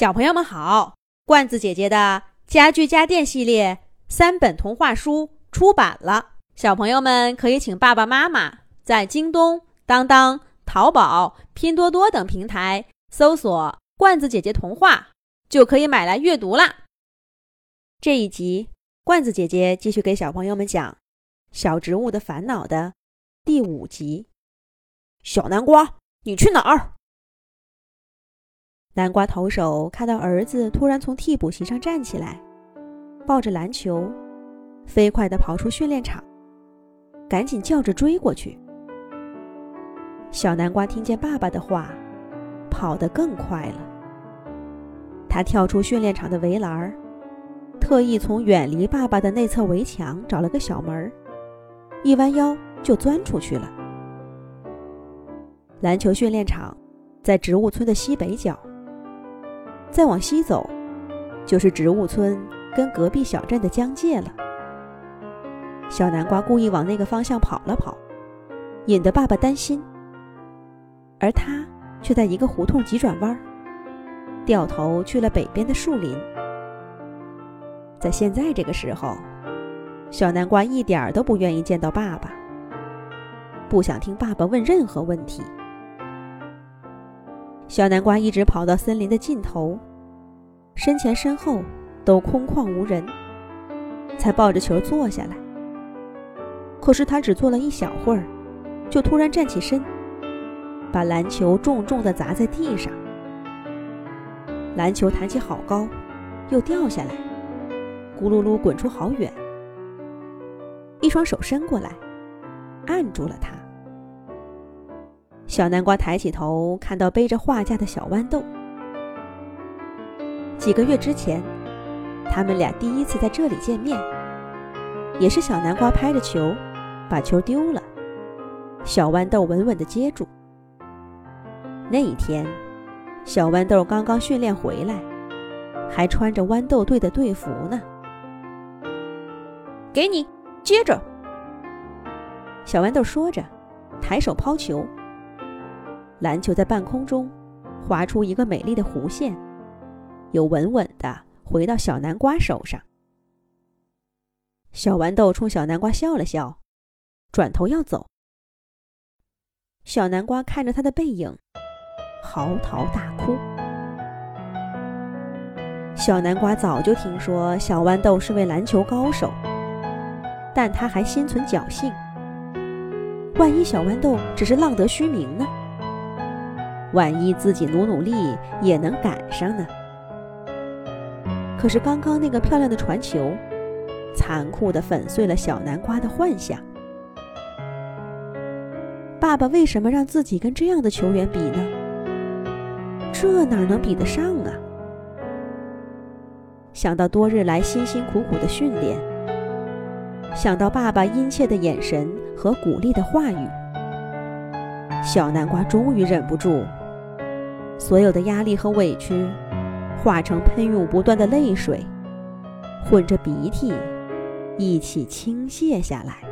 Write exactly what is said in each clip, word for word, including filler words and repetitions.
小朋友们好，罐子姐姐的家具家电系列三本童话书出版了，小朋友们可以请爸爸妈妈在京东、当当、淘宝、拼多多等平台搜索罐子姐姐童话，就可以买来阅读啦。这一集，罐子姐姐继续给小朋友们讲《小植物的烦恼》的第五集。 小南瓜，你去哪儿？ 南瓜投手看到儿子突然从替补席上站起来，抱着篮球飞快地跑出训练场，赶紧叫着追过去。小南瓜听见爸爸的话，跑得更快了。他跳出训练场的围栏，特意从远离爸爸的那侧围墙找了个小门，一弯腰就钻出去了。篮球训练场在植物村的西北角，再往西走就是植物村跟隔壁小镇的交界了。小南瓜故意往那个方向跑了跑，引得爸爸担心，而他却在一个胡同急转弯，掉头去了北边的树林。在现在这个时候，小南瓜一点都不愿意见到爸爸，不想听爸爸问任何问题。小南瓜一直跑到森林的尽头，身前身后都空旷无人，才抱着球坐下来。可是他只坐了一小会儿，就突然站起身，把篮球重重地砸在地上。篮球弹起好高，又掉下来，咕噜噜滚出好远。一双手伸过来，按住了他。小南瓜抬起头，看到背着画架的小豌豆。几个月之前，他们俩第一次在这里见面，也是小南瓜拍着球，把球丢了，小豌豆稳稳地接住。那一天，小豌豆刚刚训练回来，还穿着豌豆队的队服呢。 给你，接着。 小豌豆说着，抬手抛球。篮球在半空中划出一个美丽的弧线，又稳稳地回到小南瓜手上。小豌豆冲小南瓜笑了笑，转头要走。小南瓜看着他的背影，嚎啕大哭。小南瓜早就听说小豌豆是位篮球高手，但他还心存侥幸，万一小豌豆只是浪得虚名呢？万一自己努努力也能赶上呢？可是刚刚那个漂亮的传球，残酷地粉碎了小南瓜的幻想。爸爸为什么让自己跟这样的球员比呢？这哪能比得上啊？想到多日来辛辛苦苦的训练，想到爸爸殷切的眼神和鼓励的话语，小南瓜终于忍不住，所有的压力和委屈化成喷涌不断的泪水，混着鼻涕一起倾泻下来。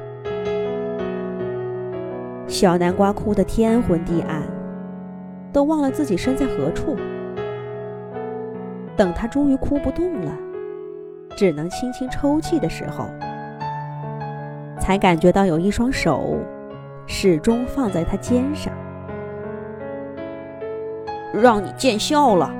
小南瓜哭得天昏地暗，都忘了自己身在何处。等他终于哭不动了，只能轻轻抽泣的时候，才感觉到有一双手始终放在他肩上。 让你见笑了。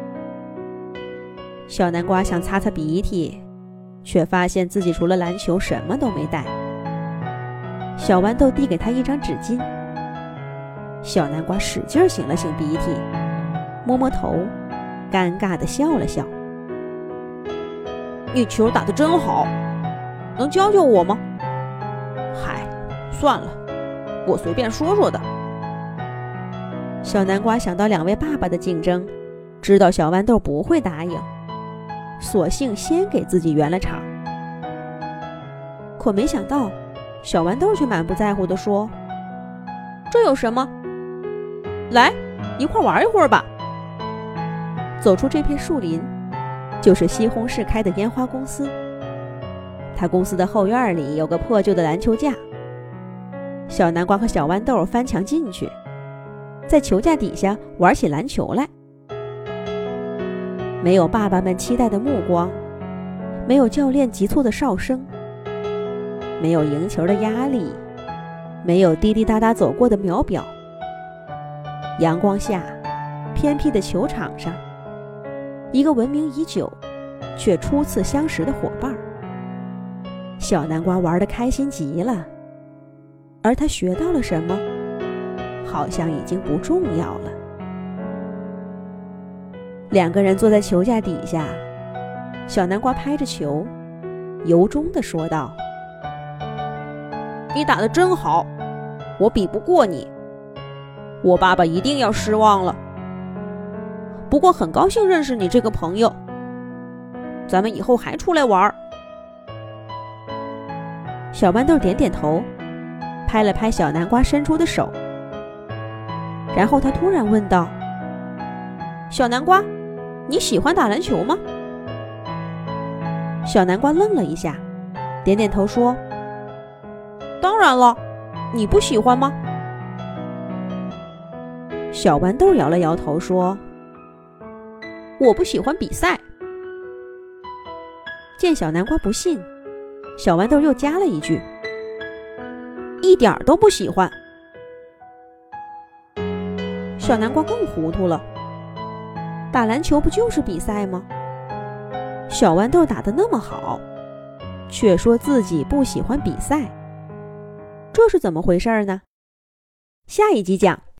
小南瓜想擦擦鼻涕，却发现自己除了篮球什么都没带。小豌豆递给他一张纸巾，小南瓜使劲擤了擤鼻涕，摸摸头，尴尬地笑了笑。 你球打得真好，能教教我吗？嗨，算了，我随便说说的。 小南瓜想到两位爸爸的竞争，知道小豌豆不会答应，索性先给自己圆了场。可没想到，小豌豆却满不在乎地说：“ 这有什么？来，一块玩一会儿吧。” 走出这片树林，就是西红柿开的烟花公司。他公司的后院里有个破旧的篮球架，小南瓜和小豌豆翻墙进去，在球架底下玩起篮球来。 没有爸爸们期待的目光，没有教练急促的哨声，没有赢球的压力，没有滴滴答答走过的秒表。阳光下，偏僻的球场上，一个闻名已久却初次相识的伙伴。小南瓜玩得开心极了，而他学到了什么，好像已经不重要了。两个人坐在球架底下，小南瓜拍着球，由衷地说道：“ 你打得真好，我比不过你。我爸爸一定要失望了。不过很高兴认识你这个朋友，咱们以后还出来玩。” 小豌豆点点头，拍了拍小南瓜伸出的手，然后他突然问道：“ 小南瓜，你喜欢打篮球吗？” 小南瓜愣了一下，点点头说：“ 当然了，你不喜欢吗？” 小豌豆摇了摇头说：“ 我不喜欢比赛。” 见小南瓜不信，小豌豆又加了一句：“ 一点都不喜欢。” 小南瓜更糊涂了，打篮球不就是比赛吗？小豌豆打得那么好，却说自己不喜欢比赛，这是怎么回事呢？下一集讲。